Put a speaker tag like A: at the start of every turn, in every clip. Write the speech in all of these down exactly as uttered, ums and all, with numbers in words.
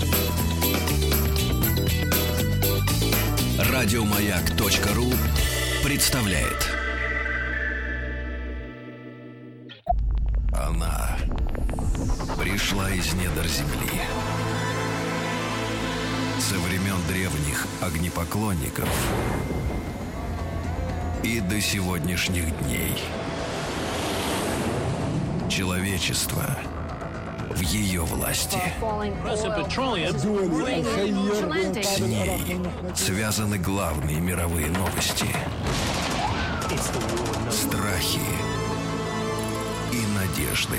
A: Радиомаяк.ру представляет. Она пришла из недр земли. Со времен древних огнепоклонников и до сегодняшних дней. Человечество в ее власти. С ней связаны главные мировые новости, страхи и надежды.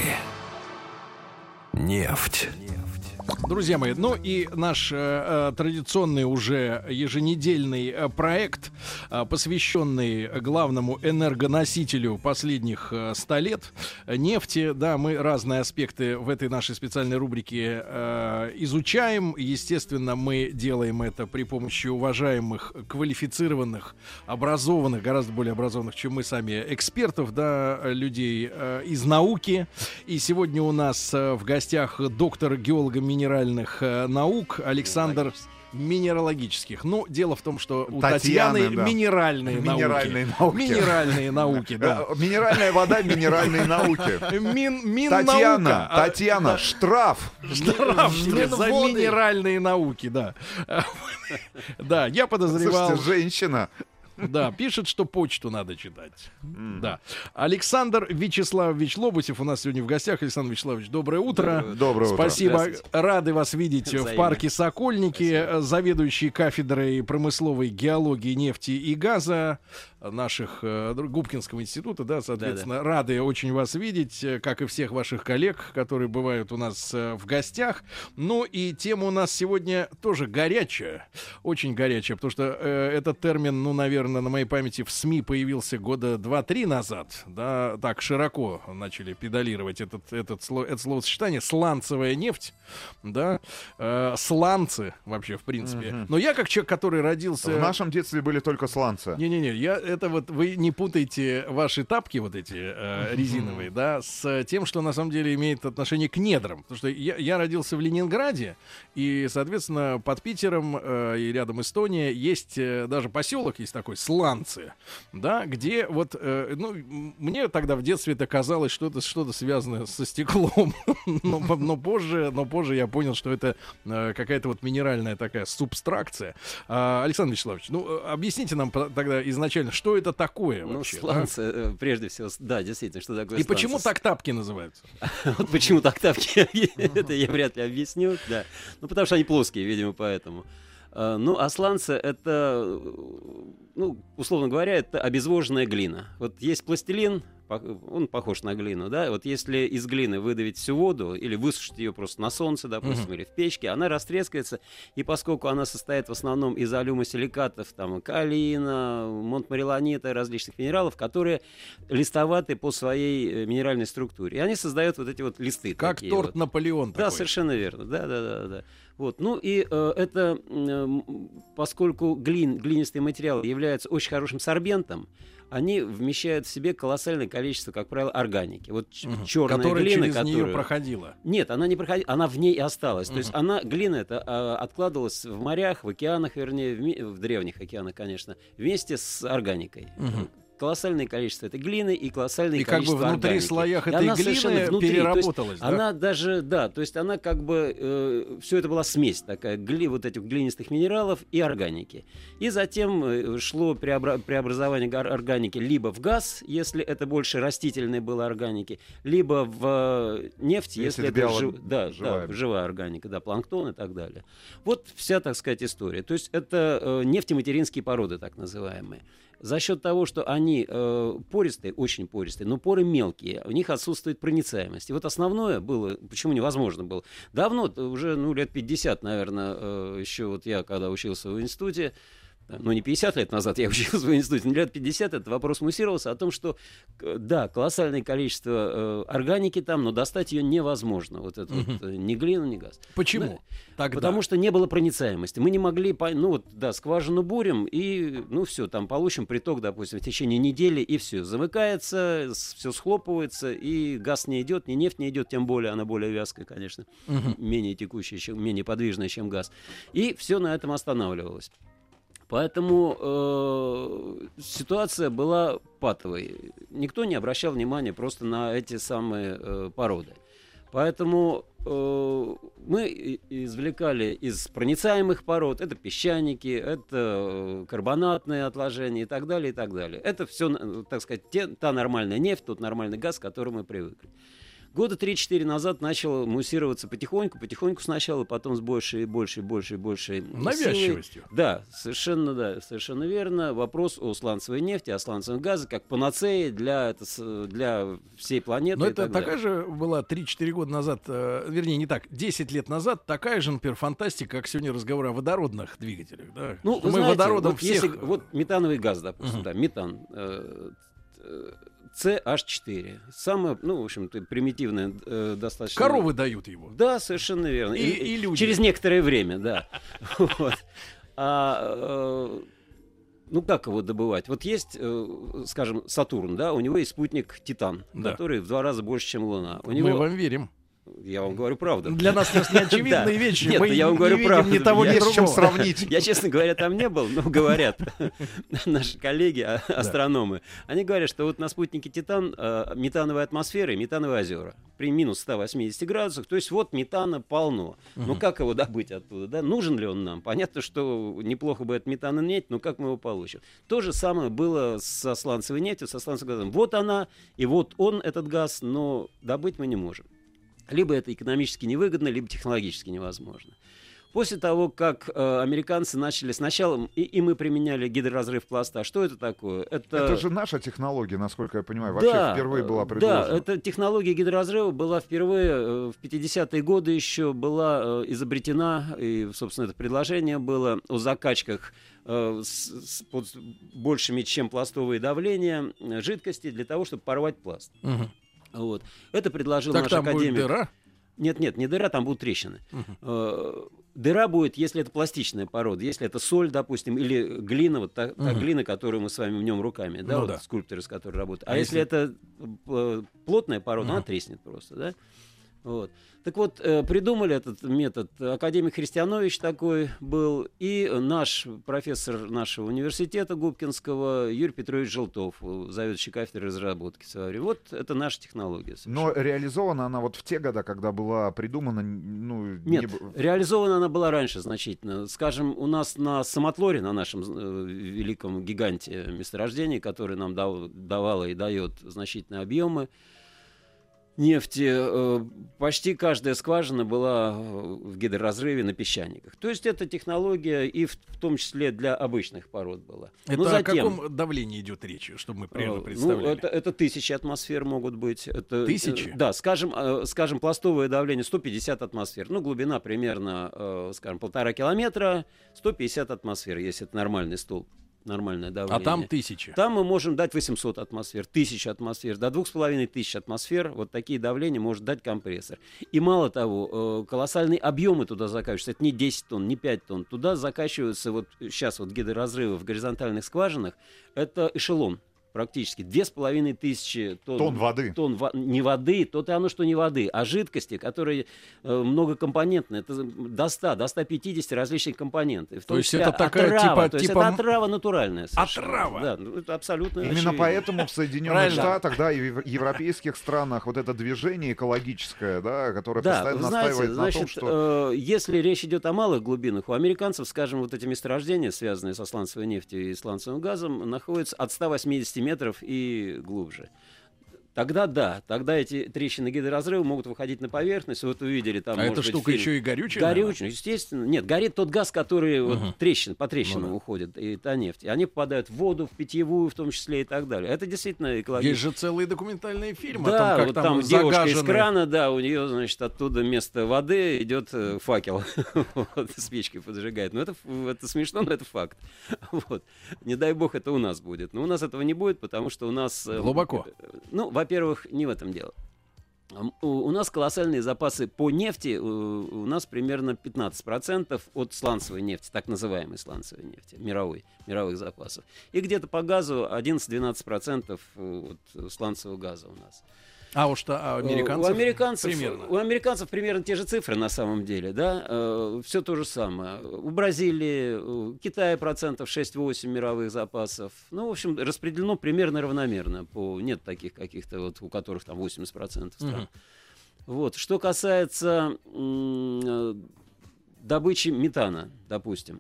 A: Нефть.
B: Друзья мои, ну и наш э, традиционный уже еженедельный э, проект, э, посвященный главному энергоносителю последних э, ста лет, нефти. Да, мы разные аспекты в этой нашей специальной рубрике э, изучаем. Естественно, мы делаем это при помощи уважаемых, квалифицированных, образованных, гораздо более образованных, чем мы сами, экспертов, да, людей э, из науки. И сегодня у нас э, в гостях доктор геолога минеральных э, наук Александр минералогических. Ну, дело в том, что у
C: Татьяны,
B: Татьяны
C: да.
B: минеральные,
C: Минеральные
B: науки.
C: науки.
B: Минеральные науки, да.
C: Минеральная вода, минеральные науки.
B: Мин, Миннаука.
C: Татьяна,
B: А,
C: Татьяна, штраф.
B: Штраф тебе за
D: Минводы.
B: минеральные науки, да. Да, я подозревал...
C: Слушайте, женщина.
B: Да, пишет, что почту надо читать. Да. Александр Вячеславович Лобусев у нас сегодня в гостях. Александр Вячеславович, доброе утро.
C: Доброе утро.
B: Спасибо.
D: Здравствуйте.
B: Рады вас видеть в
D: Взаимно.
B: парке Сокольники.
D: Спасибо.
B: Заведующий кафедрой промысловой геологии, нефти и газа наших э, Губкинского института, да, соответственно,
D: Да-да.
B: рады очень вас видеть, э, как и всех ваших коллег, которые бывают у нас э, в гостях. Ну и тема у нас сегодня тоже горячая, очень горячая, потому что э, этот термин, ну, наверное, на моей памяти в СМИ появился года два-три назад, да, так широко начали педалировать этот, этот, сло- это словосочетание, сланцевая нефть, да, э, сланцы вообще, в принципе.
C: Мгм.
B: Но я, как человек, который родился...
C: В нашем детстве были только сланцы.
B: Не-не-не, я это вот вы не путайте ваши тапки вот эти э, резиновые, да, с тем, что на самом деле имеет отношение к недрам. Потому что я, я родился в Ленинграде, и, соответственно, под Питером э, и рядом Эстония есть э, даже поселок есть такой Сланцы, да, где вот, э, ну, м- мне тогда в детстве это казалось что-то что-то связанное со стеклом, но, но позже, но позже я понял, что это э, какая-то вот минеральная такая субстракция. А, Александр Вячеславович, ну э, объясните нам про- тогда изначально, что это такое
D: Ну,
B: вообще?
D: сланцы, э, прежде всего, с- да, действительно, что такое
B: И
D: сланцы?
B: почему так тапки называются?
D: Вот почему так тапки? Это я вряд ли объясню, да. Ну, потому что они плоские, видимо, поэтому. А, Ну, а сланцы — это, э, ну, условно говоря, это обезвоженная глина. Вот есть пластилин, пох- он похож на глину, да, вот если из глины выдавить всю воду или высушить ее просто на солнце, допустим,
B: Мгм.
D: или в печке, она растрескается, и поскольку она состоит в основном из алюмосиликатов, там, калина, монтмориллонита, различных минералов, которые листоваты по своей э, минеральной структуре, и они создают вот эти вот листы.
B: Как
D: такие
B: торт
D: вот.
B: Наполеон
D: Да,
B: такой.
D: совершенно верно. Да, да, да, да. Вот. Ну и э, это, м, поскольку глин, глинистые материалы являются очень хорошим сорбентом, они вмещают в себе колоссальное количество, как правило, органики. Вот ч-
B: Мгм.
D: черная
B: Которая
D: глина,
B: через нее
D: которую...
B: проходила.
D: Нет, она не проходила, она в ней и осталась. То есть
B: Мгм.
D: она, глина эта, а, откладывалась в морях, в океанах, вернее, в, ми- в древних океанах, конечно, вместе с органикой.
B: Мгм.
D: Колоссальное количество этой глины и колоссальное
B: И как бы
D: количество
B: внутри
D: органики.
B: слоях
D: И
B: этой
D: она совершенно
B: глины
D: внутри, то есть
B: переработалась, да?
D: Она даже, да, то есть она как бы, все это была смесь такая, гли, вот этих глинистых минералов и органики. И затем э, шло преобра- преобразование гар- органики либо в газ, если это больше растительной было органики, либо в э, нефть,
C: Если
D: если,
C: это
D: это
C: био-
D: жив- да,
C: живая.
D: да, живая органика, да, планктон и так далее. Вот вся, так сказать, история. То есть это э, нефтематеринские породы, так называемые. За счет того, что они э, пористые, очень пористые, но поры мелкие, у них отсутствует проницаемость. И вот основное было, почему невозможно было, давно, уже ну, лет пятьдесят, наверное, э, еще вот я, когда учился в институте, ну не пятьдесят лет назад, я учился в институте, но лет пятьдесят этот вопрос муссировался о том, что, да, колоссальное количество э, органики там, но достать ее невозможно. Вот это uh-huh. вот, ни глину, ни газ.
B: Почему?
D: Да, потому что не было проницаемости. Мы не могли, ну вот, да, скважину бурим, и, ну все, там получим приток, допустим, в течение недели, и все, замыкается, все схлопывается, и газ не идет, ни нефть не идет, тем более, она более вязкая, конечно, uh-huh. менее текущая, чем, менее подвижная, чем газ. И все на этом останавливалось. Поэтому э, ситуация была патовой. Никто не обращал внимания просто на эти самые э, породы. Поэтому э, мы извлекали из проницаемых пород, это песчаники, это карбонатные отложения и так далее, и так далее. Это все, так сказать, те, та нормальная нефть, тот нормальный газ, к которому мы привыкли. Года три-четыре назад начало муссироваться потихоньку, потихоньку сначала, потом с большей и большей, большей, большей
B: навязчивостью.
D: Силой. Да, совершенно, да, совершенно верно. Вопрос о сланцевой нефти, о сланцевом газе, как панацеи для, это, для всей планеты.
B: Но это такая же была три-четыре года назад, э, вернее, не так, десять лет назад, такая же, например, фантастика, как сегодня разговор о водородных двигателях. Да?
D: Ну, вы
B: мы
D: знаете,
B: водородом
D: вот
B: всех...
D: если, вот метановый газ, допустим,
B: uh-huh.
D: да, метан. Э, э, си эйч четыре. Самое, ну, в общем-то, примитивное э, достаточно.
B: Коровы дают его.
D: Да, совершенно верно.
B: И, и, и люди.
D: Через некоторое время, да. А, ну, как его добывать? Вот есть, скажем, Сатурн, да, у него есть спутник Титан, который в два раза больше, чем Луна.
B: Мы вам верим.
D: Я вам говорю правду.
B: Для нас не очевидные вещи.
D: Нет,
B: мы
D: я вам говорю
B: не
D: правду.
B: Ни того,
D: я,
B: ни другого.
C: Чем сравнить.
D: Я, честно говоря, там не был, но говорят наши коллеги, астрономы. Они говорят, что вот на спутнике Титан метановая атмосфера и метановые озера при минус ста восьмидесяти градусах. То есть вот метана полно. Но как его добыть оттуда? Да? Нужен ли он нам? Понятно, что неплохо бы этот метан иметь, но как мы его получим? То же самое было со сланцевой нефтью, со сланцевым газом. Вот она, и вот он, этот газ, но добыть мы не можем. Либо это экономически невыгодно, либо технологически невозможно. После того, как э, американцы начали сначала, и, и мы применяли гидроразрыв пласта, что это такое? Это,
C: это же наша технология, насколько я понимаю, вообще
D: да,
C: впервые была предложена.
D: Да, эта технология гидроразрыва была впервые э, в пятидесятые годы еще была э, изобретена, и, собственно, это предложение было о закачках э, с, с, под большими, чем пластовые давления, э, жидкости для того, чтобы порвать пласт.
B: Угу.
D: Вот. Это предложил
B: так
D: наш
B: там
D: академик.
B: Будет дыра?
D: Нет, нет, не дыра, там будут трещины.
B: Uh-huh.
D: Дыра будет, если это пластичная порода, если это соль, допустим, или глина, вот та, uh-huh. та глина, которую мы с вами мнем руками, да,
B: ну,
D: вот
B: да.
D: скульпторы, с которой работают. А, а если... если это плотная порода, uh-huh. она треснет просто, да. Вот. Так вот, придумали этот метод академик Христианович такой был, и наш профессор нашего университета Губкинского Юрий Петрович Желтов, заведующий кафедрой разработки в свое время. Вот это наша технология. Совершенно.
C: Но реализована она вот в те годы, когда была придумана... Ну,
D: Нет,
C: не...
D: реализована она была раньше значительно. Скажем, у нас на Самотлоре, на нашем э, великом гиганте месторождений, который нам дав, давало и дает значительные объемы нефти, э, почти каждая скважина была в гидроразрыве на песчаниках. То есть эта технология и в, в том числе для обычных пород была.
B: Это
D: Но затем,
B: о каком давлении идет речь, чтобы мы примерно
D: э,
B: представляли?
D: Ну, это, это тысячи атмосфер могут быть. Это,
B: тысячи?
D: Э, да, скажем, э, скажем, пластовое давление сто пятьдесят атмосфер. Ну, глубина примерно, э, скажем, полтора километра, сто пятьдесят атмосфер, если это нормальный столб. Нормальное давление.
B: А там тысячи.
D: Там мы можем дать восемьсот атмосфер, тысячу атмосфер, до двух с половиной тысяч атмосфер. Вот такие давления может дать компрессор. И мало того, колоссальные объемы туда закачиваются. Это не десять тонн, не пять тонн. Туда закачиваются вот сейчас вот гидроразрывы в горизонтальных скважинах. Это эшелон. Практически две с половиной тысячи тонн,
C: тонн воды.
D: Тонн во- не воды, то-то оно, что не воды, а жидкости, которые э, многокомпонентные. Это до ста, до ста пятидесяти различных компонентов.
B: То есть это такая
D: отрава,
B: типа...
D: То есть
B: типа...
D: это отрава натуральная. Совершенно.
B: Отрава?
D: Да, ну, это абсолютно
C: Именно
D: очевидно.
C: поэтому в Соединенных
B: Правильно.
C: Штатах, да, и в европейских странах вот это движение экологическое, да, которое
D: Да,
C: постоянно
D: вы знаете,
C: настаивает
D: значит,
C: на том, что...
D: э, если речь идет о малых глубинах, у американцев, скажем, вот эти месторождения, связанные со сланцевой нефтью и сланцевым газом, находятся от ста восьмидесяти метров и глубже. Тогда да, тогда эти трещины гидроразрыва могут выходить на поверхность. Вот увидели там.
B: А
D: может
B: эта
D: быть,
B: штука
D: фильм.
B: еще и горючая?
D: Горючая, естественно. Нет, горит тот газ, который
B: Угу.
D: вот, трещин, по трещинам
B: Ну да.
D: уходит, и та нефть. И они попадают в воду, в питьевую в том числе и так далее. Это действительно экологично.
B: Есть же целые документальные фильмы
D: Да,
B: о том, как
D: вот
B: там,
D: там девушка из
B: загажены.
D: крана, да, у нее, значит, оттуда вместо воды идет э, факел, вот, спичкой поджигает. Ну, это, ф- это смешно, но это факт. Вот. Не дай бог, это у нас будет. Но у нас этого не будет, потому что у нас... э,
B: Глубоко.
D: э, Ну, во-первых, не в этом дело. Ам, У у нас колоссальные запасы по нефти, у у нас примерно пятнадцать процентов от сланцевой нефти, так называемой сланцевой нефти, мировой, мировых запасов. И где-то по газу одиннадцать-двенадцать процентов от сланцевого газа у нас.
B: А уж то а американцев,
D: У американцев,
B: примерно.
D: у американцев примерно те же цифры на самом деле, да, все то же самое. У Бразилии, у Китая процентов шесть-восемь мировых запасов. Ну, в общем, распределено примерно равномерно. По... Нет таких каких-то, вот, у которых там восемьдесят процентов стран.
B: Мгм.
D: Вот. Что касается м, добычи метана, допустим,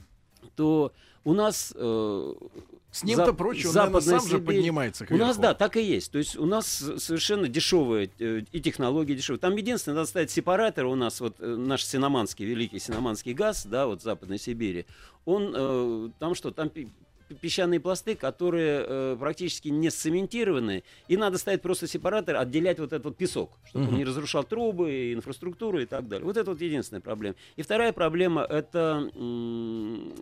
D: то у нас... э,
B: С ним-то
D: зап-
B: проще, он, наверное,
D: Западная
B: сам же
D: Сибирь.
B: поднимается
D: У
B: кверху.
D: нас, да, так и есть. То есть у нас совершенно дешевые э, и технологии дешевые. Там единственное, надо ставить сепаратор. У нас вот э, наш синоманский, великий синоманский газ, да, вот в Западной Сибири, он э, там что, там пи- песчаные пласты, которые э, практически не сцементированы, и надо ставить просто сепаратор, отделять вот этот вот песок, чтобы
B: Мгм.
D: он не разрушал трубы, инфраструктуру и так далее. Вот это вот единственная проблема. И вторая проблема — это м,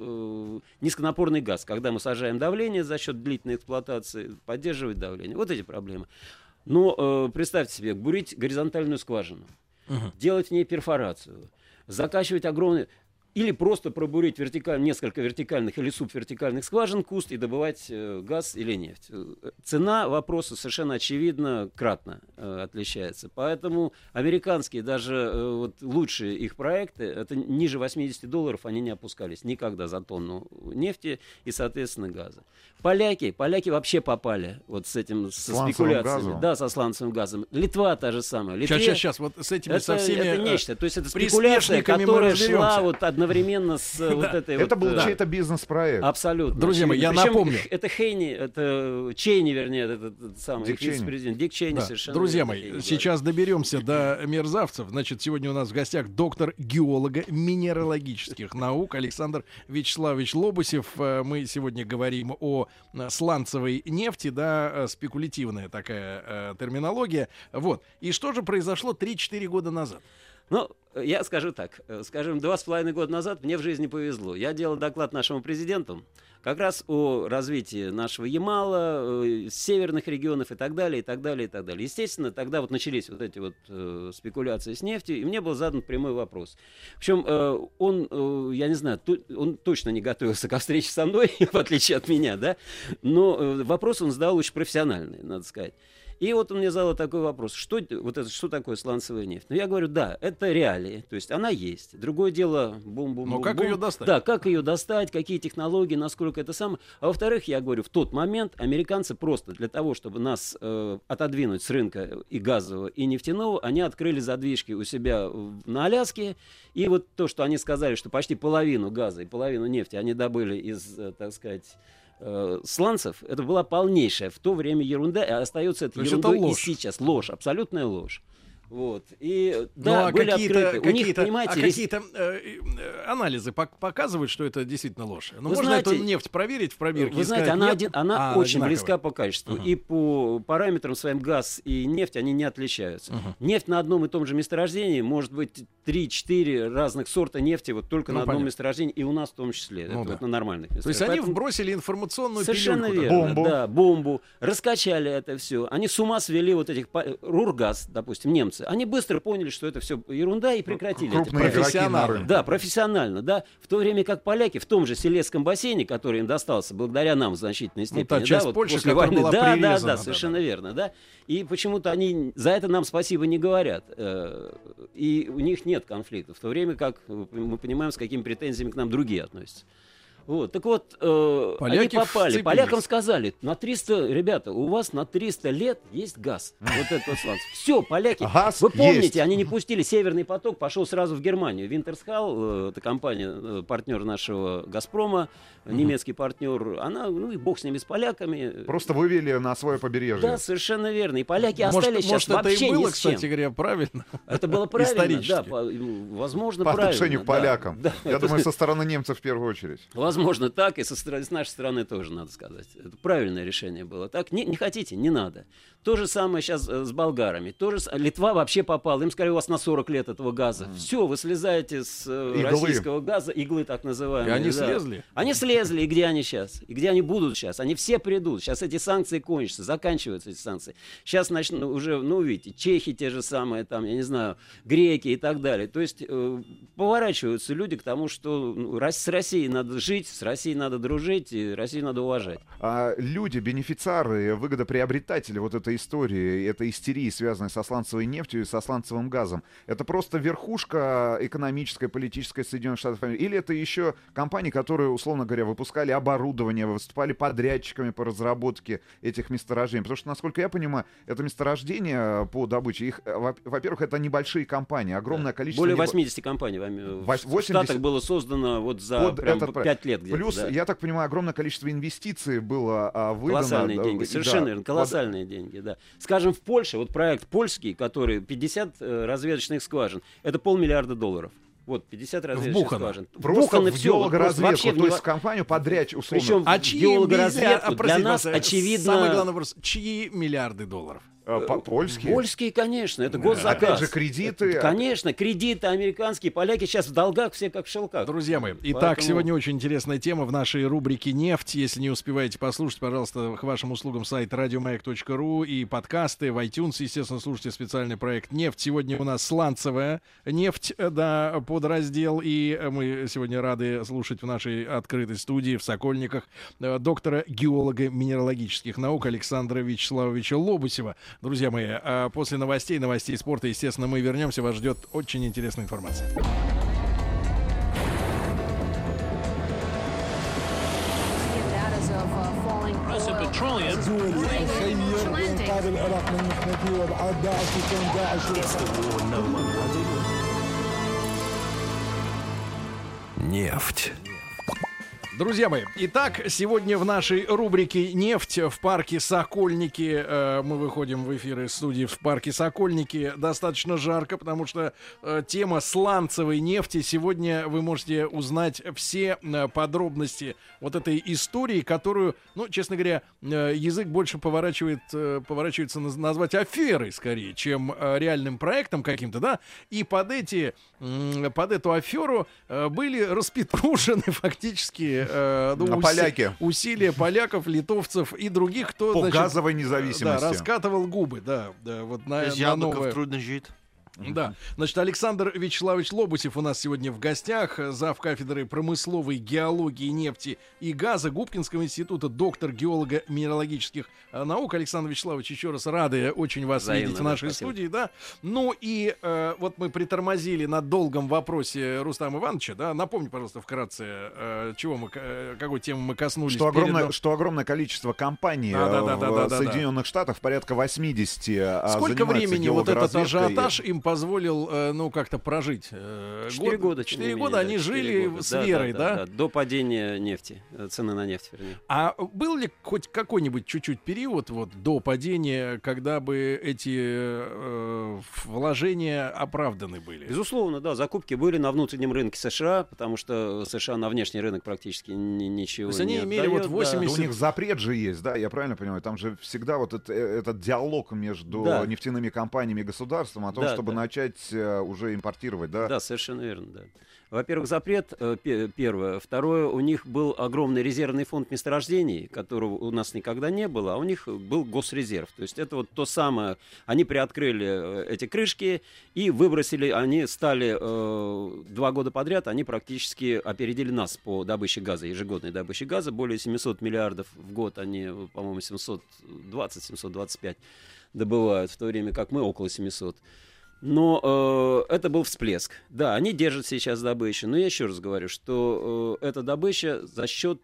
D: э, низконапорный газ, когда мы сажаем давление за счет длительной эксплуатации, поддерживать давление. Вот эти проблемы. Но э, представьте себе, бурить горизонтальную скважину,
B: Мгм.
D: делать в ней перфорацию, закачивать огромные... Или просто пробурить вертикаль... несколько вертикальных или субвертикальных скважин, куст, и добывать э, газ или нефть. Э, Цена вопроса совершенно очевидно кратно э, отличается. Поэтому американские, даже э, вот, лучшие их проекты, это ниже восемьдесят долларов они не опускались никогда за тонну нефти и, соответственно, газа. Поляки, поляки вообще попали вот с этим, со
C: Сланцевым
D: спекуляциями.
C: газом?
D: Да, со сланцевым газом. Литва та же самая. Литве-
B: Сейчас, сейчас, сейчас, вот с этими,
D: это,
B: со всеми...
D: это
B: э,
D: нечто. То есть это спекуляция,
B: приспешниками мы
D: которая
B: разберемся.
D: шла вот одновременно с э, вот этой
C: Это
D: вот...
C: был
D: э,
C: чей-то бизнес-проект.
D: Абсолютно.
B: Друзья мои,
D: очевидно.
B: я
D: Причем
B: напомню.
D: х- Это Хейни, это Чейни, вернее, этот, этот самый
C: Дик Чейни.
D: вице-президент. Дик Чейни
B: Да.
D: совершенно.
B: Друзья
D: верно,
B: мои,
D: Хейни
B: сейчас доберемся до мерзавцев. Значит, сегодня у нас в гостях доктор геолога минералогических наук Александр Вячеславович Лобусев. Э, Мы сегодня говорим о э, сланцевой нефти, да, э, спекулятивная такая э, терминология. Вот. И что же произошло три-четыре года назад?
D: Ну, я скажу так. э, Скажем, два с половиной года назад мне в жизни повезло. Я делал доклад нашему президенту как раз о развитии нашего Ямала, э, северных регионов и так далее, и так далее, и так далее. Естественно, тогда вот начались вот эти вот э, спекуляции с нефтью, и мне был задан прямой вопрос. Причем э, он, э, я не знаю, ту- он точно не готовился ко встрече со мной, в отличие от меня, да, но э, вопрос он задал очень профессиональный, надо сказать. И вот он мне задал такой вопрос: что, это- вот это, что такое сланцевая нефть? Ну, я говорю, да, это реалии, то есть она есть. Другое дело, бум-бум-бум.
B: Но как ее достать?
D: Да, как ее достать, какие технологии, насколько это самое. А во-вторых, я говорю, в тот момент американцы просто для того, чтобы нас э, отодвинуть с рынка и газового, и нефтяного, они открыли задвижки у себя в- на Аляске. И вот то, что они сказали, что почти половину газа и половину нефти они добыли из, э, так сказать, э, сланцев, это была полнейшая в то время ерунда, и остается это
B: То есть
D: ерундой
B: это
D: и
B: ложь.
D: сейчас. Ложь, абсолютная ложь. Вот. И
B: Ну,
D: да,
B: а
D: были
B: какие-то,
D: открыты. У них,
B: какие-то,
D: понимаете,
B: а
D: рес-
B: какие-то э, э, анализы пок- показывают, что это действительно ложь. Ну,
D: Вы
B: можно
D: знаете,
B: эту нефть проверить в пробирке?
D: Вы
B: и
D: знаете,
B: сказать,
D: она,
B: нет?
D: один, она
B: А,
D: очень
B: одинаковая.
D: близка по качеству.
B: Мгм.
D: И по параметрам своим газ и нефть, они не отличаются.
B: Мгм.
D: Нефть на одном и том же месторождении может быть три-четыре разных сорта нефти вот только
B: Ну,
D: на одном
B: понятно.
D: месторождении, и у нас в том числе.
B: Ну
D: это
B: да.
D: вот на нормальных
B: То есть
D: месторождениях.
B: они
D: Поэтому
B: вбросили информационную
D: совершенно
B: пилюльку.
D: верно.
C: Бомбу.
D: Да, бомбу. Раскачали это все. Они с ума свели вот этих... па- Рургаз, допустим, немцы. Они быстро поняли, что это все ерунда, и прекратили. эти
C: Крупные игроки на
B: профессионалы.
C: рынке.
D: Да, профессионально, да. В то время как поляки в том же Силезском бассейне, который им достался благодаря нам в значительной степени,
B: та
D: да,
B: часть
D: вот
B: Польши,
D: после
B: которая
D: войны,
B: была
D: да, да,
B: прирезана,
D: да,
B: да,
D: совершенно
B: да.
D: верно, да. И почему-то они за это нам спасибо не говорят, э, и у них нет конфликтов, в то время как мы понимаем, с какими претензиями к нам другие относятся. Вот, так вот, э, они
B: Поляки
D: попали.
B: вцепились.
D: Полякам сказали, на триста, ребята, у вас на триста лет есть газ. Вот это вот сланцы. Все, поляки.
C: Газ
D: Вы помните,
C: есть.
D: они не пустили Северный поток, пошел сразу в Германию. Винтерсхал, э, это компания, э, партнер нашего Газпрома, немецкий партнер, она, ну и бог с ними, с поляками.
C: Просто вывели на свое побережье.
D: Да, совершенно верно. И поляки
B: Может,
D: остались
B: может,
D: сейчас
B: это
D: вообще
B: и было,
D: ни с чем.
B: кстати говоря, правильно.
D: Это было правильно,
B: Исторически.
D: да, по- возможно,
C: По
D: правильно.
C: отношению к
D: да.
C: полякам.
D: Да,
C: Я
D: это-
C: думаю, со стороны немцев в первую очередь.
D: Возможно, так, и со стороны, с нашей стороны тоже, надо сказать. Это правильное решение было. Так, не, не хотите, не надо. То же самое сейчас э, с болгарами. То же, с- Литва вообще попала. Им сказали, у вас на сорок лет этого газа. Все, вы слезаете с э,
C: Иглы.
D: российского газа, иглы так
B: И
D: называемые.
B: они
D: да.
B: слезли.
D: Они слезли, и где они сейчас? И где они будут сейчас? Они все придут. Сейчас эти санкции кончатся, заканчиваются эти санкции. Сейчас начнут уже, ну, видите, чехи те же самые, там, я не знаю, греки и так далее. То есть э, поворачиваются люди к тому, что ну, Рос- с Россией надо жить, с Россией надо дружить, и Россию надо уважать.
C: А люди, бенефициары, выгодоприобретатели вот этой истории, этой истерии, связанной со сланцевой нефтью и со сланцевым газом, это просто верхушка экономическая, политическая Соединенных Штатов Америки? Или это еще компании, которые, условно говоря, выпускали оборудование, выступали подрядчиками по разработке этих месторождений? Потому что, насколько я понимаю, это месторождения по добыче, их, э, во- во-первых, это небольшие компании, огромное количество...
D: Более
C: небо-
D: восьмидесяти компаний в, Ами- в
C: восемьдесят
D: Штатах было создано вот за
C: Под
D: прям
C: этот проект.
D: пять лет где-то.
C: Плюс,
D: да.
C: я так понимаю, огромное количество инвестиций было а, выдано.
D: Колоссальные
C: да,
D: деньги,
C: и
D: совершенно
C: да,
D: верно,
C: под-
D: колоссальные деньги, да. Скажем, в Польше, вот проект польский, который пятьдесят э, разведочных скважин, это полмиллиарда долларов. Вот, пятьдесят разведочных
B: Вбухано.
D: скважин.
C: Просто
D: Вбухано
C: в
D: всё, вот просто
C: геологоразведку,
D: вообще в
C: то
D: нево-
C: есть в компанию подрядчик, условно.
D: Причем
B: А
D: в
B: чьи
D: геологоразведку
B: миллиарды-
D: для
B: простите,
D: нас,
B: пожалуйста,
D: очевидно,
B: Самый главный вопрос. Чьи миллиарды долларов?
C: А, по- польские.
D: польские, конечно, это
C: Да.
D: госзаказ.
C: Опять же, кредиты.
D: Это, конечно, кредиты американские, поляки сейчас в долгах все как в шелках.
B: Друзья мои, итак,
D: Поэтому-
B: сегодня очень интересная тема в нашей рубрике «Нефть». Если не успеваете послушать, пожалуйста, к вашим услугам сайт радиомаяк точка ру и подкасты в iTunes. Естественно, слушайте специальный проект «Нефть». Сегодня у нас сланцевая нефть, э, да, подраздел. И мы сегодня рады слушать в нашей открытой студии в Сокольниках э, доктора геолога минералогических наук Александра Вячеславовича Лобусева. Друзья мои, а после новостей, новостей спорта, естественно, мы вернемся. Вас ждет очень интересная информация.
A: Нефть.
B: Друзья мои, итак, сегодня в нашей рубрике «Нефть» в парке Сокольники, э, мы выходим в эфир из студии в парке Сокольники, достаточно жарко, потому что э, тема сланцевой нефти. Сегодня вы можете узнать все э, подробности вот этой истории, которую, ну, честно говоря, э, язык больше поворачивает, э, поворачивается наз- назвать аферой скорее, чем э, реальным проектом каким-то, да, и под эти, м, под эту аферу э, были распетрушены фактически э, ну,
C: А
B: уси-
C: поляки?
B: усилия поляков, литовцев и других, кто,
C: По
B: значит,
C: газовой
B: да,
C: независимости.
B: раскатывал губы, да, да, вот на,
E: Без
B: на
E: яблоков
B: новое.
E: трудно жить.
B: Да, значит, Александр Вячеславович Лобусев у нас сегодня в гостях, зав. Кафедры промысловой геологии, нефти и газа Губкинского института, доктор геолога минералогических э, наук. Александр Вячеславович, еще раз рады очень вас
D: Взаимно,
B: видеть в
D: да,
B: нашей
D: спасибо.
B: студии, да. Ну и э, вот мы притормозили на долгом вопросе Рустама Ивановича, да. Напомни, пожалуйста, вкратце, э, чего мы, э, какой темы мы коснулись.
C: Что
B: перед-
C: огромное, что огромное количество компаний
B: Да, да,
C: э,
B: да, да,
C: в
B: да, да,
C: Соединенных Штатах, порядка восьмидесяти, а,
B: Сколько
C: занимаются
B: времени вот этот
C: геологоразведкой.
B: ажиотаж им позволил, э, ну, как-то прожить? Э,
D: Четыре
B: год-
D: года. тем не
B: Четыре
D: менее,
B: года
D: да,
B: они
D: четыре
B: жили
D: года.
B: с
D: Да,
B: верой,
D: да,
B: да?
D: да, да, до падения нефти, э, цены на нефть, вернее.
B: А был ли хоть какой-нибудь чуть-чуть период вот до падения, когда бы эти э, вложения оправданы были?
D: Безусловно, да, закупки были на внутреннем рынке США, потому что США на внешний рынок практически ни- ничего
B: То есть они
D: не
B: имели
D: отдает,
B: вот
D: да.
C: Да
B: восемьдесят
C: у них запрет же есть, да, я правильно понимаю? Там же всегда вот это- э, этот диалог между
D: Да.
C: нефтяными компаниями и государством о том,
D: Да,
C: чтобы
D: да.
C: начать э, уже импортировать, да?
D: Да, совершенно верно, да. Во-первых, запрет, э, пе- первое. Второе, у них был огромный резервный фонд месторождений, которого у нас никогда не было, а у них был госрезерв. То есть это вот то самое, они приоткрыли э, эти крышки и выбросили, они стали э, два года подряд, они практически опередили нас по добыче газа, ежегодной добыче газа, более семьсот миллиардов в год, они, по-моему, семьсот двадцать - семьсот двадцать пять добывают, в то время как мы около семисот. Но э, это был всплеск. Да, они держат сейчас добычу. Но я еще раз говорю, что э, эта добыча за счет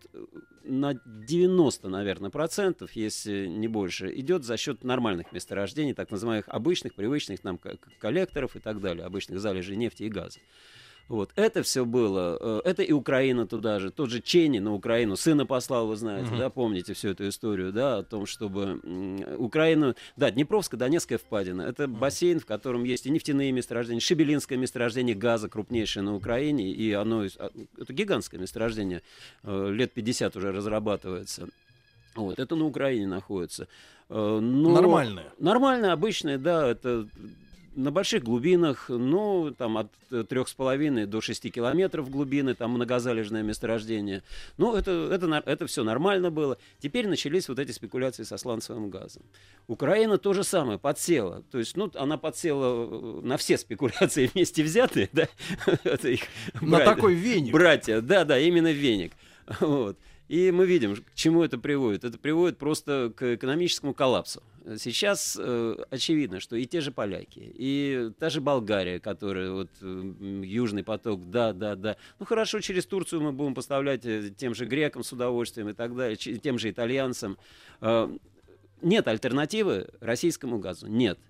D: на девяносто, наверное, процентов, если не больше, идет за счет нормальных месторождений, так называемых обычных, привычных нам коллекторов и так далее, обычных залежей нефти и газа. Вот. Это все было. Это и Украина туда же. Тот же Чейни на Украину сына послал, вы знаете, uh-huh. да, помните всю эту историю, да, о том, чтобы Украину... Да, Днепровско-Донецкая впадина. Это uh-huh. бассейн, в котором есть и нефтяные месторождения, Шебелинское месторождение газа, крупнейшее на Украине, и оно... Это гигантское месторождение. Лет пятьдесят уже разрабатывается. Вот. Это на Украине находится. Но...
B: Нормальное.
D: Нормальное, обычное, да, это... На больших глубинах, ну, там от трех с половиной до шести километров глубины, там многозалежное месторождение. Ну, это, это, это все нормально было. Теперь начались вот эти спекуляции со сланцевым газом. Украина то же самое, подсела. То есть, ну, она подсела на все спекуляции вместе взятые, да. Это их
B: на
D: братья,
B: такой веник.
D: Братья, да-да, именно веник. Вот. И мы видим, к чему это приводит. Это приводит просто к экономическому коллапсу. Сейчас э, очевидно, что и те же поляки, и та же Болгария, которая вот э, Южный поток, да, да, да. Ну хорошо, через Турцию мы будем поставлять тем же грекам с удовольствием и так далее, тем же итальянцам. Э, нет альтернативы российскому газу, нет.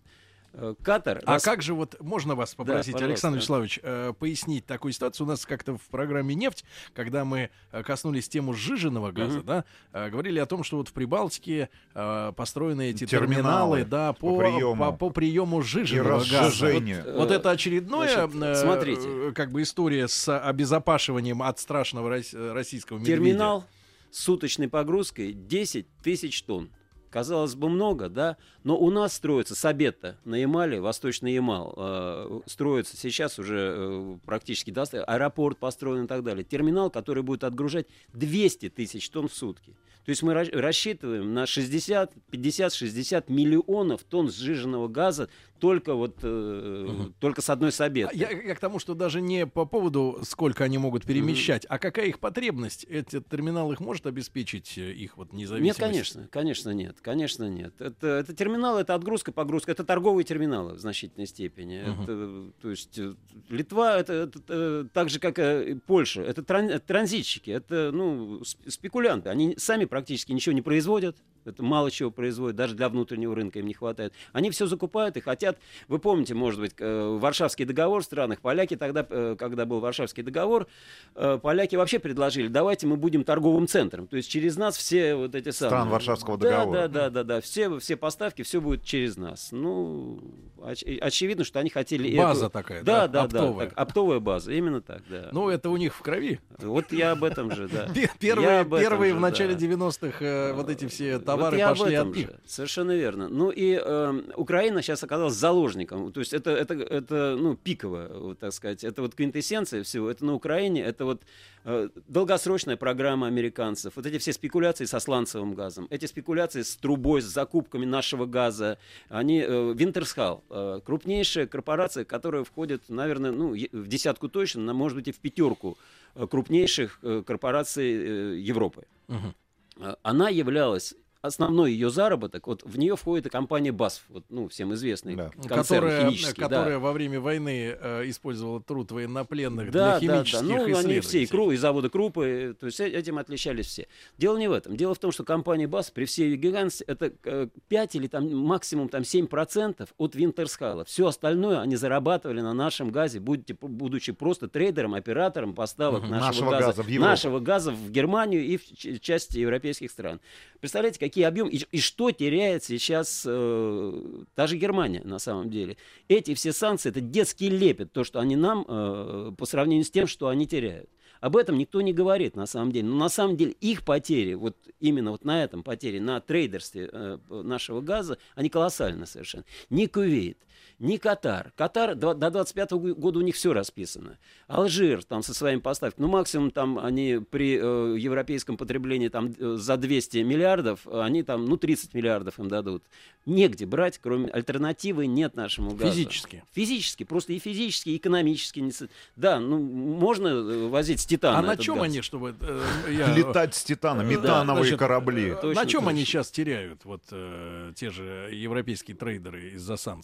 D: Катар.
B: А
D: рас...
B: как же вот, можно вас попросить, да, Александр Вячеславович, э, пояснить такую ситуацию? У нас как-то в программе «Нефть», когда мы э, коснулись темы сжиженного газа, mm-hmm. да, э, говорили о том, что вот в Прибалтике э, построены эти терминалы, терминалы да, по, по, приему. По, по приему сжиженного газа. Вот, вот это очередная э, смотрите. как бы история с обезопашиванием от страшного российского медведя.
D: Терминал с суточной погрузкой десять тысяч тонн. Казалось бы, много, да, но у нас строится Сабетта на Ямале, Восточный Ямал, э, строится сейчас уже э, практически, да, аэропорт построен и так далее. Терминал, который будет отгружать двести тысяч тонн в сутки. То есть мы рассчитываем на шестьдесят, пятьдесят, шестьдесят миллионов тонн сжиженного газа только вот э, угу. только с одной Сабетты.
B: Я, я к тому, что даже не по поводу, сколько они могут перемещать, угу. а какая их потребность? Этот терминал их может обеспечить, их вот независимость?
D: Нет, конечно, конечно нет, конечно нет. Это, это терминал, это отгрузка, погрузка, это торговые терминалы в значительной степени. Угу. Это, то есть Литва, это, это, это так же, как и Польша, это, тран, это транзитчики, это ну, спекулянты. Они сами практически ничего не производят. Это мало чего производят, даже для внутреннего рынка им не хватает. Они все закупают и хотят. Вы помните, может быть, Варшавский договор в странах. Поляки тогда, когда был Варшавский договор, поляки вообще предложили, давайте мы будем торговым центром. То есть через нас все вот эти самые...
C: Стран Варшавского
D: да,
C: договора.
D: Да, да, да, да. Все, все поставки, все будет через нас. Ну, оч- очевидно, что они хотели...
B: База
D: эту...
B: такая,
D: да?
B: Да,
D: да,
B: оптовая.
D: да. Так, оптовая база, именно так, да.
B: Ну, это у них в крови.
D: Вот я об этом же, да.
B: Первые, первые в начале девяностых вот эти все товары
D: вот
B: пошли от них.
D: Же. Совершенно верно. Ну и э, Украина сейчас оказалась заложником. То есть это, это, это ну, пиковое, вот, так сказать. Это вот квинтэссенция всего. Это на Украине. Это вот э, долгосрочная программа американцев. Вот эти все спекуляции со сланцевым газом. Эти спекуляции с трубой, с закупками нашего газа. Они... Э, Винтерсхал. Э, крупнейшая корпорация, которая входит, наверное, ну, в десятку точно, но, может быть, и в пятерку э, крупнейших э, корпораций э, Европы. Угу. Э, она являлась... Основной ее заработок, вот в нее входит и компания БАСФ, вот, ну, всем известный
B: да.
D: концерн
B: которая,
D: химический.
B: Которая
D: да.
B: во время войны э, использовала труд военнопленных
D: да,
B: для химических
D: да, да. Ну,
B: исследований.
D: Они все, и, кру, и заводы крупы, то есть этим отличались все. Дело не в этом. Дело в том, что компания БАСФ при всей ее гигантности, это пять или там, максимум там, семь процентов от Винтерсхала. Все остальное они зарабатывали на нашем газе, будучи, будучи просто трейдером, оператором поставок угу. нашего, нашего, газа, газа в нашего газа в Германию и в части европейских стран. Представляете, какие объемы и, и что теряет сейчас э, та же Германия на самом деле. Эти все санкции, это детский лепет, то, что они нам э, по сравнению с тем, что они теряют. Об этом никто не говорит на самом деле. Но на самом деле их потери, вот именно вот на этом потери, на трейдерстве э, нашего газа, они колоссальны совершенно. Ни Кувейт, ни Катар. Катар, до двадцать пятого года у них все расписано. Алжир там со своими поставками. Ну, максимум там они при э, европейском потреблении там за двести миллиардов, они там, ну, тридцать миллиардов им дадут. Негде брать, кроме альтернативы нет нашему газу.
B: Физически.
D: Физически, просто и физически, и экономически. Да, ну, можно возить с Титана.
B: А на чем
D: газ.
B: они, чтобы... Э, я...
C: Летать с Титана, метановые
B: да, значит,
C: корабли.
B: Точно, на чем точно. Они сейчас теряют, вот э, те же европейские трейдеры из-за санкций?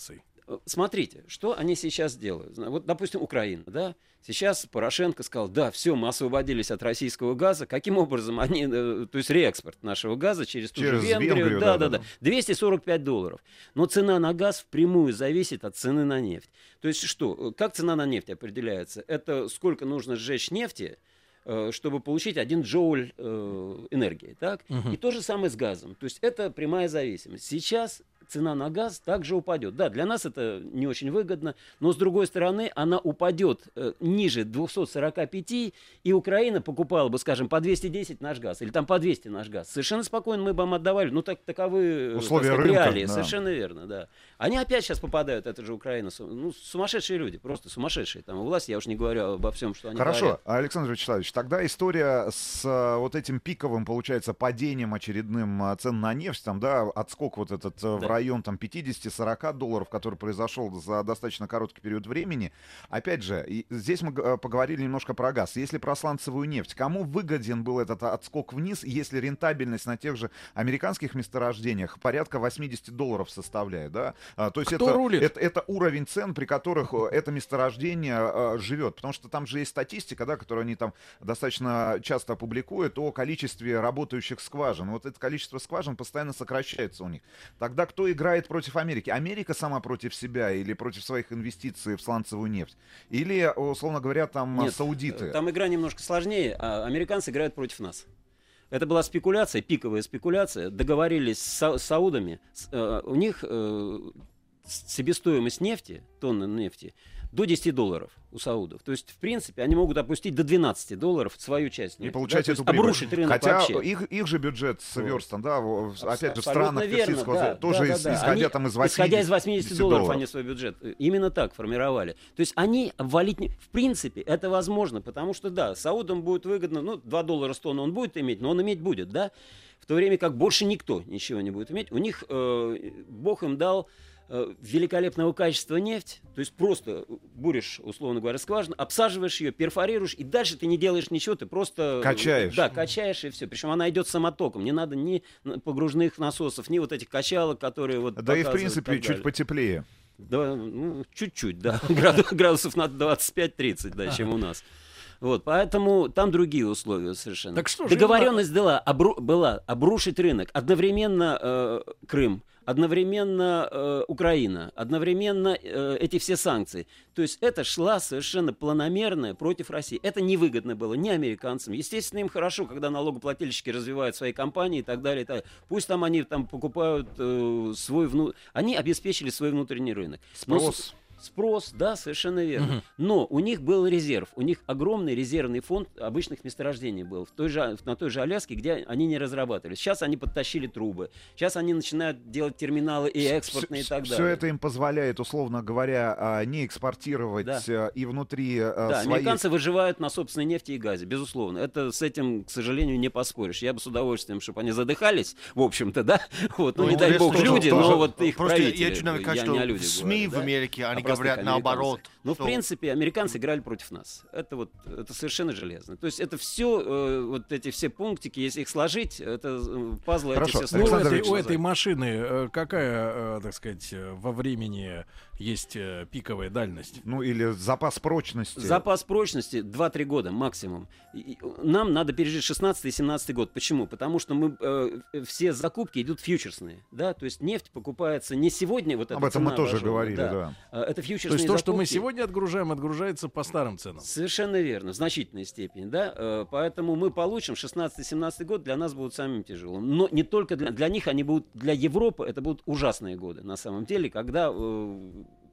D: смотрите, что они сейчас делают. Вот, допустим, Украина, да? Сейчас Порошенко сказал, да, все, мы освободились от российского газа. Каким образом они, то есть реэкспорт нашего газа через ту
C: Через
D: же Венгрию,
C: Венгрию,
D: да,
C: да,
D: да,
C: да,
D: да, двести сорок пять долларов. Но цена на газ впрямую зависит от цены на нефть. То есть что, как цена на нефть определяется? Это сколько нужно сжечь нефти, чтобы получить один джоуль э, энергии. Так?
B: Угу.
D: И то же самое с газом. То есть это прямая зависимость. Сейчас цена на газ также упадет. Да, для нас это не очень выгодно, но с другой стороны она упадет э, ниже двухсот сорока пяти, и Украина покупала бы, скажем, по двести десять наш газ, или там по двести наш газ. Совершенно спокойно мы бы им отдавали. Ну, так, таковы
C: условия
D: так сказать,
C: рынка,
D: реалии.
C: да.
D: Совершенно верно, да. Они опять сейчас попадают, это же Украина. Ну, сумасшедшие люди, просто сумасшедшие. Там у власти, я уж не говорю обо всем, что они
C: Хорошо,
D: говорят.
C: Александр Вячеславович, тогда история с а, вот этим пиковым, получается, падением очередным а, цен на нефть, там, да, отскок вот этот а, в
D: Да.
C: район там пятьдесят-сорок долларов, который произошел за достаточно короткий период времени. Опять же, и здесь мы а, поговорили немножко про газ. Если про сланцевую нефть, кому выгоден был этот отскок вниз, если рентабельность на тех же американских месторождениях порядка восемьдесят долларов составляет, да? А, то есть
B: Кто
C: это,
B: рулит?
C: это, это уровень цен, при которых э, это месторождение э, живет. Потому что там же есть статистика, да, которую они там достаточно часто публикуют о количестве работающих скважин. Вот это количество скважин постоянно сокращается у них. Тогда кто играет против Америки? Америка сама против себя или против своих инвестиций в сланцевую нефть? Или, условно говоря, там
D: Нет,
C: саудиты?
D: Там игра немножко сложнее, а американцы играют против нас. Это была спекуляция, пиковая спекуляция. Договорились с, са- с саудами. С- э, у них э, себестоимость нефти, тонны нефти, до десяти долларов у саудов. То есть, в принципе, они могут опустить до двенадцати долларов свою часть
C: И
D: нефти.
C: получать
D: да?
C: эту
D: То есть
C: прибыль.
D: обрушить рынок
C: Хотя
D: вообще.
C: их, их же бюджет сверстан, да, в-
D: Абс-
C: опять же, в
D: абсолютно
C: странах
D: верно,
C: Персидского
D: да,
C: залива, тоже
D: да, да,
C: из-
D: да.
C: исходя
D: Они,
C: там из
D: исходя из восьмидесяти
C: восьмидесяти
D: долларов,
C: долларов.
D: они свой бюджет именно так формировали. То есть они обвалить... не- В принципе, это возможно, потому что, да, саудам будет выгодно, ну, два доллара с тонны он будет иметь, но он иметь будет, да, в то время как больше никто ничего не будет иметь. У них э, Бог им дал э, великолепного качества нефть, то есть просто буришь, условно говоря, скважину, обсаживаешь ее, перфорируешь, и дальше ты не делаешь ничего, ты просто...
C: Качаешь.
D: Да, качаешь и все. Причем она идет самотоком, не надо ни погружных насосов, ни вот этих качалок, которые вот
C: Да и, в
D: показывают
C: принципе,
D: так
C: чуть
D: далее.
C: потеплее.
D: Да, ну, чуть-чуть, да, Граду- градусов на двадцать пять тридцать, да, чем у нас. Вот, поэтому там другие условия совершенно.
B: Так что же
D: Договоренность была, обру- была обрушить рынок. Одновременно э, Крым, одновременно э, Украина, одновременно э, эти все санкции. То есть это шла совершенно планомерная против России. Это невыгодно было ни американцам. Естественно, им хорошо, когда налогоплательщики развивают свои компании и так далее. И так далее. Пусть там они там покупают э, свой внутренний... Они обеспечили свой внутренний рынок. Но с-
C: Спрос.
D: Спрос, да, совершенно верно. Но у них был резерв, у них огромный резервный фонд обычных месторождений был в той же, на той же Аляске, где они не разрабатывали. Сейчас они подтащили трубы, сейчас они начинают делать терминалы и экспортные и так далее.
C: Все это им позволяет, условно говоря, а, не экспортировать
D: Да.
C: а, и внутри а,
D: Да,
C: своих...
D: американцы выживают на собственной нефти и газе, безусловно. Это с этим, к сожалению, не поспоришь. Я бы с удовольствием, чтобы они задыхались, в общем-то, да. Вот, ну,
E: Ну,
D: не дай бог
E: тоже-
D: люди,
C: тоже-
D: но вот их
E: Просто
D: правители,
E: я чуть наверное,
D: я
E: что
D: не о людях
E: в СМИ
D: говорю,
E: в
D: да,
E: Америке они
D: а простых
E: говорят
D: американцев.
E: наоборот.
D: Ну, в
E: что-
D: принципе, американцы играли против нас. Это вот, это совершенно железно. То есть это все, вот эти все пунктики, если их сложить, это э, пазлы
C: Хорошо,
D: эти все
B: Ну, у
C: Александр
B: этой,
C: Ильич,
B: у этой машины э, какая, э, так сказать, э, во времени есть э, пиковая дальность?
C: Ну, или запас прочности.
D: Запас прочности два-три года максимум. И- и Нам надо пережить шестнадцатый и семнадцатый год. Почему? Потому что мы, э, все закупки идут фьючерсные. Да? То есть нефть покупается не сегодня. Вот
C: Об
D: эта
C: этом мы
D: цена
C: тоже
D: обожженная,
C: говорили, да.
D: А, Это
B: То
D: фьючерсные
B: есть то, что мы
D: закупки.
B: сегодня отгружаем, отгружается по старым ценам.
D: Совершенно верно, в значительной степени, да, Э, поэтому мы получим шестнадцатый-семнадцатый год для нас будут самым тяжелым, но не только для, для них, они будут, для Европы это будут ужасные годы на самом деле, когда э,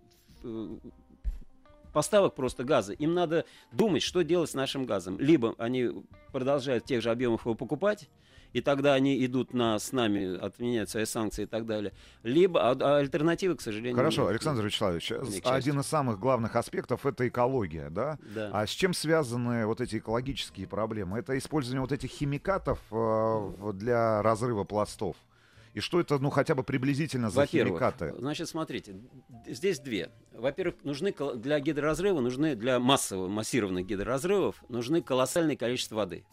D: э, поставок просто газа, им надо думать, что делать с нашим газом, либо они продолжают в тех же объемах его покупать, и тогда они идут на, с нами, отменяют свои санкции и так далее. Либо, а, а альтернативы, к сожалению...
C: Хорошо,
D: нет.
C: Александр Вячеславович,
D: К
C: с-
D: счастью.
C: один из самых главных аспектов — это экология, да?
D: Да.
C: А с чем связаны вот эти экологические проблемы? Это использование вот этих химикатов э, в- для разрыва пластов. И что это, ну, хотя бы приблизительно за
D: Во-первых,
C: химикаты?
D: значит, смотрите, д- здесь две. Во-первых, нужны кол- для гидроразрыва, нужны для массового, массированных гидроразрывов нужны колоссальное количество воды.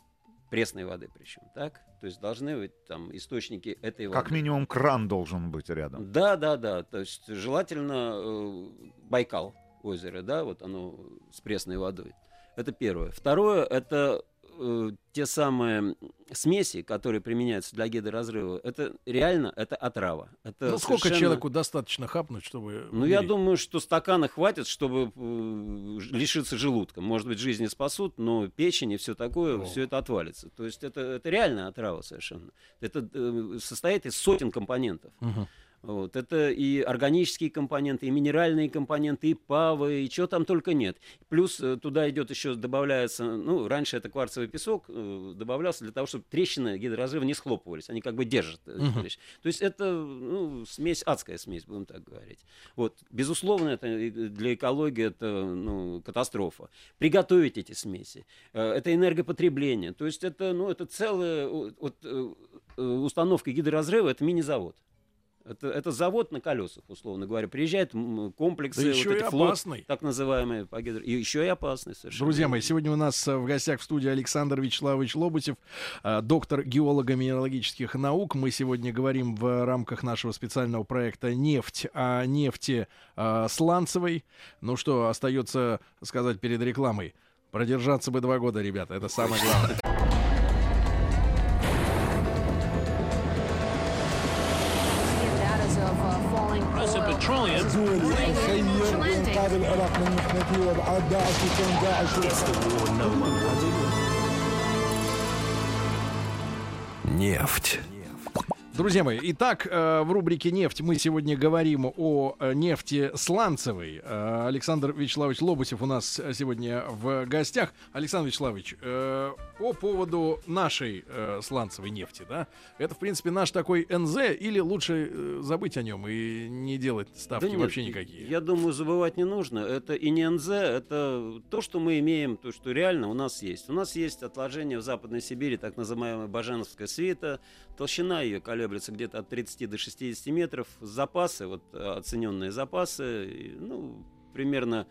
D: пресной воды причем, так? То есть должны быть там источники этой воды.
C: Как минимум кран должен быть рядом.
D: Да, да, да. То есть желательно э, Байкал озеро, да, вот оно с пресной водой. Это первое. Второе, это э, те самые смеси, которые применяются для гидроразрыва. Это реально, это отрава. Это
B: ну, сколько
D: совершенно...
B: человеку достаточно хапнуть, чтобы...
D: Ну, я думаю, что стакана хватит, чтобы э, лишиться желудка. Может быть, жизни спасут, но печень и все такое,
B: О.
D: все это отвалится. То есть это, это реальная отрава совершенно. Это э, состоит из сотен компонентов.
B: Угу.
D: Вот. Это и органические компоненты, и минеральные компоненты, и павы, и чего там только нет. Плюс э, туда идет еще, добавляется, ну, раньше это кварцевый песок э, добавлялся для того, чтобы трещины гидроразрыва не схлопывались. Они как бы держат. Э,
B: uh-huh.
D: трещины. То есть это, ну, смесь, адская смесь, будем так говорить. Вот. Безусловно, это для экологии это, ну, катастрофа. Приготовить эти смеси. Э, это энергопотребление. То есть это, ну, это целая вот, э, установка гидроразрыва, это мини-завод. Это, это завод на колесах, условно говоря. Приезжают комплексы,
B: да
D: вот
B: еще
D: эти
B: и
D: флот,
B: опасный.
D: так называемые, по гидро... и еще и опасный совершенно.
B: Друзья мои, сегодня у нас в гостях в студии Александр Вячеславович Лоботев, доктор геолого-минералогических наук. Мы сегодня говорим в рамках нашего специального проекта «Нефть» о нефти э, сланцевой. Ну что, остается сказать перед рекламой. Продержаться бы два года, ребята, это самое главное.
A: Нефть.
B: Друзья мои, итак, в рубрике «Нефть» мы сегодня говорим о нефти сланцевой. Александр Вячеславович Лоботев у нас сегодня в гостях. Александр Вячеславович, по поводу нашей сланцевой нефти, да? Это, в принципе, наш такой эн зэ, или лучше забыть о нем и не делать ставки
D: да нет,
B: вообще никакие?
D: Я думаю, забывать не нужно. Это и не эн зэ, это то, что мы имеем, то, что реально у нас есть. У нас есть отложение в Западной Сибири, так называемая Баженовская свита. Толщина ее колеблется где-то от тридцати до шестидесяти метров. Запасы, вот оцененные запасы, ну, примерно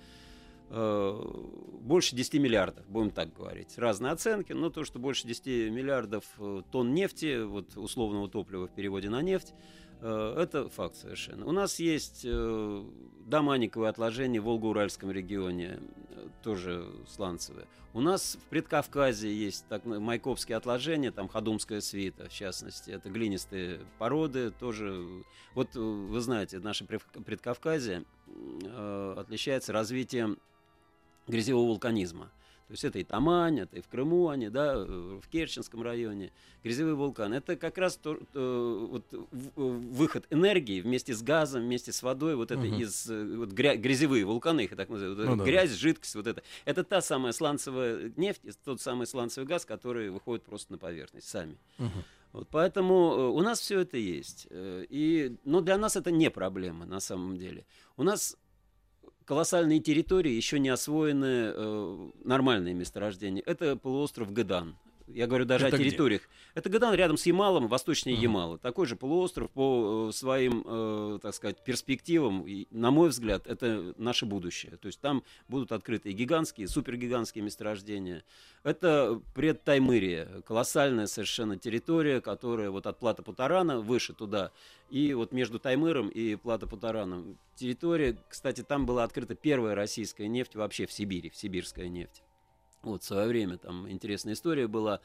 D: э, больше десяти миллиардов, будем так говорить. Разные оценки, но то, что больше десяти миллиардов тонн нефти, вот условного топлива в переводе на нефть, э, это факт совершенно. У нас есть э, доманиковые отложения в Волго-Уральском регионе, э, тоже сланцевые. У нас в Предкавказье есть так, майкопские отложения, там Ходумская свита, в частности. Это глинистые породы тоже. Вот вы знаете, наше Предкавказье э, отличается развитием грязевого вулканизма. То есть это и Тамань, это и в Крыму они, да, в Керченском районе. Грязевой вулкан. Это как раз то, то, вот, выход энергии вместе с газом, вместе с водой. Вот это uh-huh. из вот, гря- грязевые вулканы, их так называют. Ну, грязь, да. Жидкость, вот это. Это та самая сланцевая нефть, тот самый сланцевый газ, который выходит просто на поверхность сами. Uh-huh. Вот, поэтому у нас все это есть. И, но для нас это не проблема на самом деле. У нас колоссальные территории, еще не освоены э, нормальные месторождения. Это полуостров Гыдан. Я говорю даже это о территориях. Где? Это Гыдан рядом с Ямалом, восточнее uh-huh. Ямала. Такой же полуостров по э, своим, э, так сказать, перспективам. И, на мой взгляд, это наше будущее. То есть там будут открыты и гигантские, супергигантские месторождения. Это предтаймырия. Колоссальная совершенно территория, которая вот от Плато-Путарана выше туда. И вот между Таймыром и Плато-Путараном территория, кстати, там была открыта первая российская нефть вообще в Сибири, в сибирская нефть. Вот в свое время там интересная история была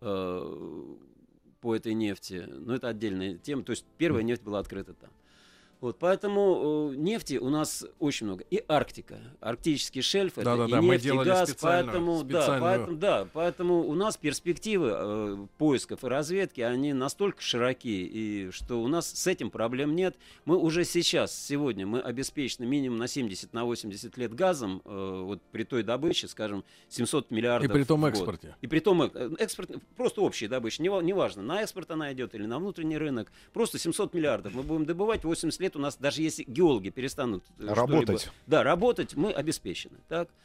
D: э, по этой нефти, но это отдельная тема. То есть первая нефть была открыта там. Вот, поэтому э, нефти у нас очень много. И Арктика, арктический шельф,
B: да,
D: это
B: да,
D: и
B: да,
D: нефть,
B: и
D: газ,
B: поэтому,
D: да, поэтому, да, поэтому у нас перспективы э, поисков и разведки, они настолько широки, и что у нас с этим проблем нет. Мы уже сейчас, сегодня, мы обеспечены минимум на семьдесят на восемьдесят лет газом, э, вот при той добыче, скажем, семьсот миллиардов.
B: И при том
D: в год.
B: экспорте.
D: И при том экспорт, просто общая добыча, неважно, на экспорт она идет или на внутренний рынок, просто семьсот миллиардов. Мы будем добывать восемьдесят лет. У нас, даже если геологи перестанут
C: работать,
D: да, работать, мы обеспечены. Так?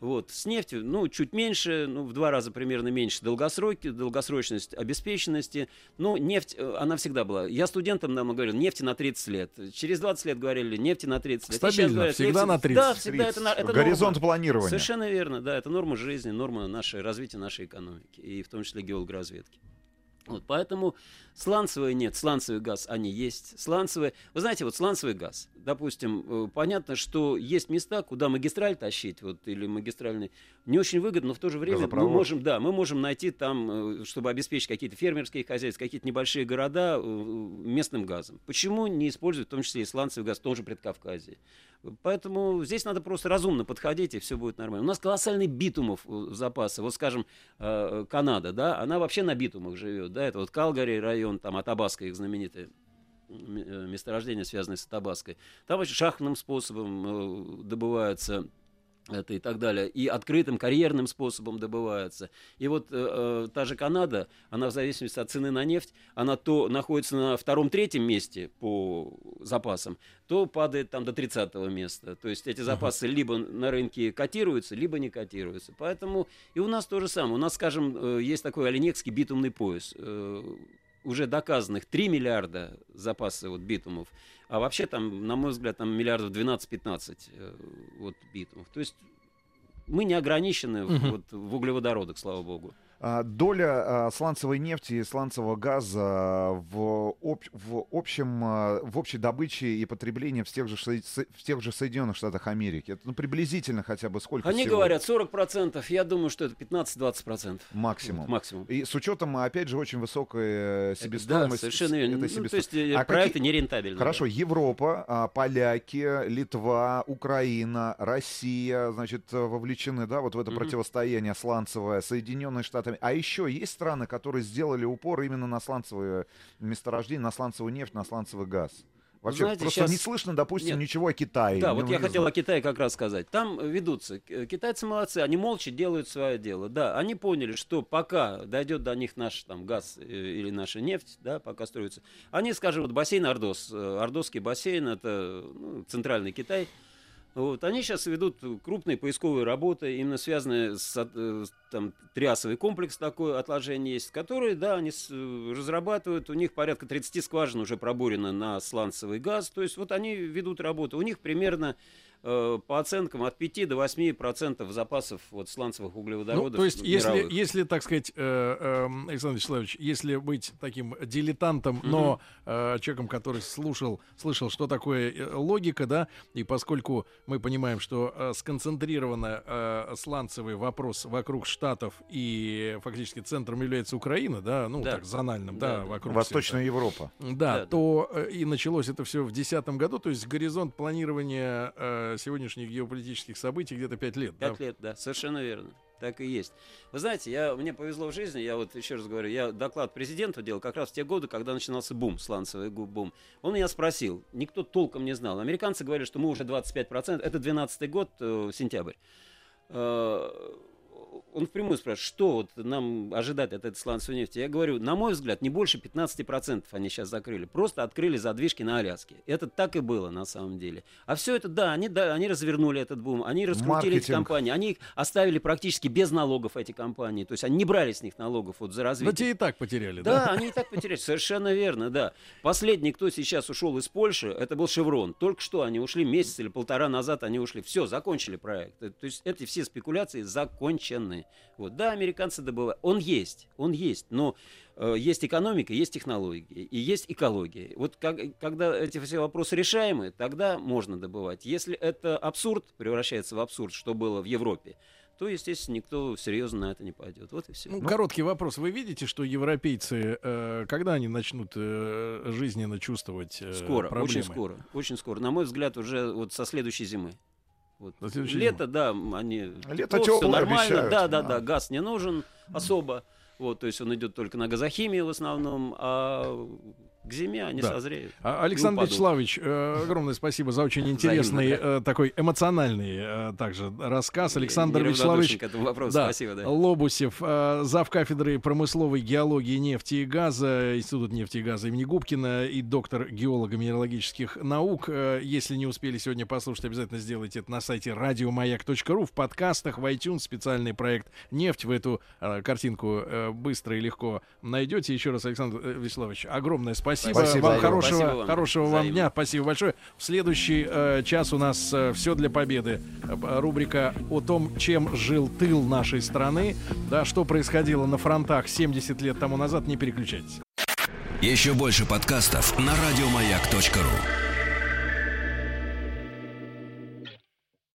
D: Вот. С нефтью, ну, чуть меньше, ну, в два раза примерно меньше долгосроки, долгосрочность обеспеченности. Но нефть, она всегда была. Я студентам нам говорил, нефти на тридцать лет. Через двадцать лет говорили, нефти на тридцать лет.
B: Стабильно,
D: говорят,
B: всегда
D: нефти...
B: на тридцать.
D: Да, всегда
C: тридцать.
D: это, это
C: Горизонт
D: норма.
C: планирования.
D: Совершенно верно, да, это норма жизни, норма нашей, развития нашей экономики, и в том числе геологоразведки. Вот, поэтому сланцевый нет, сланцевый газ они есть. Сланцевый, вы знаете, вот сланцевый газ, допустим, понятно, что есть места, куда магистраль тащить, вот, или магистральный, не очень выгодно, но в то же время мы можем, да, мы можем найти там, чтобы обеспечить какие-то фермерские хозяйства, какие-то небольшие города местным газом. Почему не использовать в том числе и сланцевый газ в том же Предкавказье? Поэтому здесь надо просто разумно подходить, и все будет нормально. У нас колоссальный битумов запасы. Вот, скажем, Канада, да, она вообще на битумах живет, да, это вот Калгари район, там Атабаска, их знаменитое месторождение, связанное с Атабаской. Там вообще шахтным способом добывается это и так далее, и открытым карьерным способом добывается. И вот э, та же Канада, она в зависимости от цены на нефть, она то находится на втором-третьем месте по запасам, то падает там до тридцатого места. То есть эти запасы uh-huh. либо на рынке котируются, либо не котируются. Поэтому и у нас то же самое. У нас, скажем, есть такой Оленегский битумный пояс. Уже доказанных три миллиарда запасы вот, битумов, а вообще там, на мой взгляд, там миллиардов двенадцать-пятнадцать э, вот, битумов. То есть мы не ограничены uh-huh. вот, в углеводородах, слава богу.
C: Доля а, сланцевой нефти и сланцевого газа в, об, в, общем, а, в общей добыче и потреблении в тех же, в тех же Соединенных Штатах Америки, это ну, приблизительно хотя бы сколько
D: Они
C: всего?
D: говорят сорок процентов, я думаю, что это пятнадцать-двадцать процентов.
C: Максимум.
D: Вот, максимум.
C: И с учетом, опять же, очень высокой себестоимости.
D: Да, совершенно верно. Ну,
C: себесто...
D: то есть а проекты какие... нерентабельные.
C: Хорошо, да. Европа, а, поляки, Литва, Украина, Россия, значит, вовлечены, да, вот в это mm-hmm. противостояние сланцевое, Соединенные Штаты. А еще есть страны, которые сделали упор именно на сланцевые месторождения, на сланцевую нефть, на сланцевый газ. Вообще, знаете, просто сейчас... не слышно, допустим, Нет. ничего о Китае.
D: Да, вот я хотел о Китае как раз сказать. Там ведутся. Китайцы молодцы, они молча делают свое дело. Да, они поняли, что пока дойдет до них наш там, газ или наша нефть, да, пока строится, они, скажем, вот бассейн Ордос, Ордосский бассейн, это ну, центральный Китай. Вот. Они сейчас ведут крупные поисковые работы, именно связанные с там, триасовый комплекс такой отложение есть, который, да, они с, разрабатывают, у них порядка тридцать скважин уже пробурено на сланцевый газ, то есть вот они ведут работу, у них примерно э, по оценкам от пяти до восьми процентов запасов вот, сланцевых углеводородов.
B: Ну, то есть если, если, так сказать, э, э, Александр Вячеславович, если быть таким дилетантом, mm-hmm. но э, человеком, который слушал, слышал, что такое логика, да, и поскольку мы понимаем, что э, сконцентрировано э, сланцевый вопрос вокруг Штатов и фактически центром является Украина, да, ну
D: да.
B: так зональным, да,
D: да,
B: вокруг
C: Восточная Европа.
B: Да,
D: да,
B: то да. и началось это все в две тысячи десятом году, то есть горизонт планирования э, сегодняшних геополитических событий где-то пять лет.
D: Пять
B: да?
D: лет, да, совершенно верно. Так и есть. Вы знаете, я, мне повезло в жизни, я вот еще раз говорю, я доклад президенту делал как раз в те годы, когда начинался бум, сланцевый бум. Он меня спросил, никто толком не знал. Американцы говорили, что мы уже двадцать пять процентов, это двенадцатый год, э, сентябрь. Э, он впрямую спрашивает, что вот нам ожидать от этой сланцевой нефти. Я говорю, на мой взгляд, не больше пятнадцать процентов они сейчас закрыли. Просто открыли задвижки на Аляске. Это так и было на самом деле. А все это, да, они, да, они развернули этот бум, они раскрутили Маркетинг. эти компании, они их оставили практически без налогов, эти компании. То есть они не брали с них налогов вот, за развитие.
B: Но те и так потеряли,
D: да?
B: Да,
D: они и так потеряли, совершенно верно, да. Последний, кто сейчас ушел из Польши, это был Шеврон. Только что они ушли, месяц или полтора назад они ушли. Все, закончили проект. То есть эти все спекуляции закончены. Вот. Да, американцы добывают. Он есть, он есть, но э, есть экономика, есть технологии и есть экология. Вот как, когда эти все вопросы решаемы, тогда можно добывать. Если это абсурд, превращается в абсурд, что было в Европе, то, естественно, никто серьезно на это не пойдет. Вот и все.
B: Ну, ну, короткий вопрос. Вы видите, что европейцы, э, когда они начнут э, жизненно чувствовать э,
D: скоро,
B: проблемы?
D: Очень скоро, очень скоро. На мой взгляд, уже вот со следующей зимы. Вот.
B: Лето,
D: зимы. да, они
C: Лето теплое,
D: нормально,
C: обещают,
D: да, да,
C: да,
D: да, газ не нужен особо, вот, то есть он идет только на газохимию в основном, а к зиме они
B: Да.
D: созреют.
B: А, Александр
D: Ну,
B: Вячеславович, э, огромное спасибо за очень интересный, э, такой эмоциональный э, также рассказ. Александр Вячеславович
D: к этому вопросу.
B: да,
D: Спасибо, да.
B: Лобусев, э, завкафедры промысловой геологии, нефти и газа, Институт нефти и газа имени Губкина и доктор геолого-минералогических наук. Э, если не успели сегодня послушать, обязательно сделайте это на сайте радиомаяк точка ру, в подкастах, в iTunes, специальный проект «Нефть». Вы эту э, картинку э, быстро и легко найдете. Еще раз, Александр э, Вячеславович, огромное спасибо.
C: Спасибо
B: Вам
C: вам.
B: хорошего,
D: Спасибо вам.
B: хорошего вам
D: Взаимно.
B: дня. Спасибо большое. В следующий э, час у нас э, «Все для победы». Э, рубрика о том, чем жил тыл нашей страны. Да, что происходило на фронтах семьдесят лет тому назад. Не переключайтесь.
A: Еще больше подкастов на радиомаяк точка ру.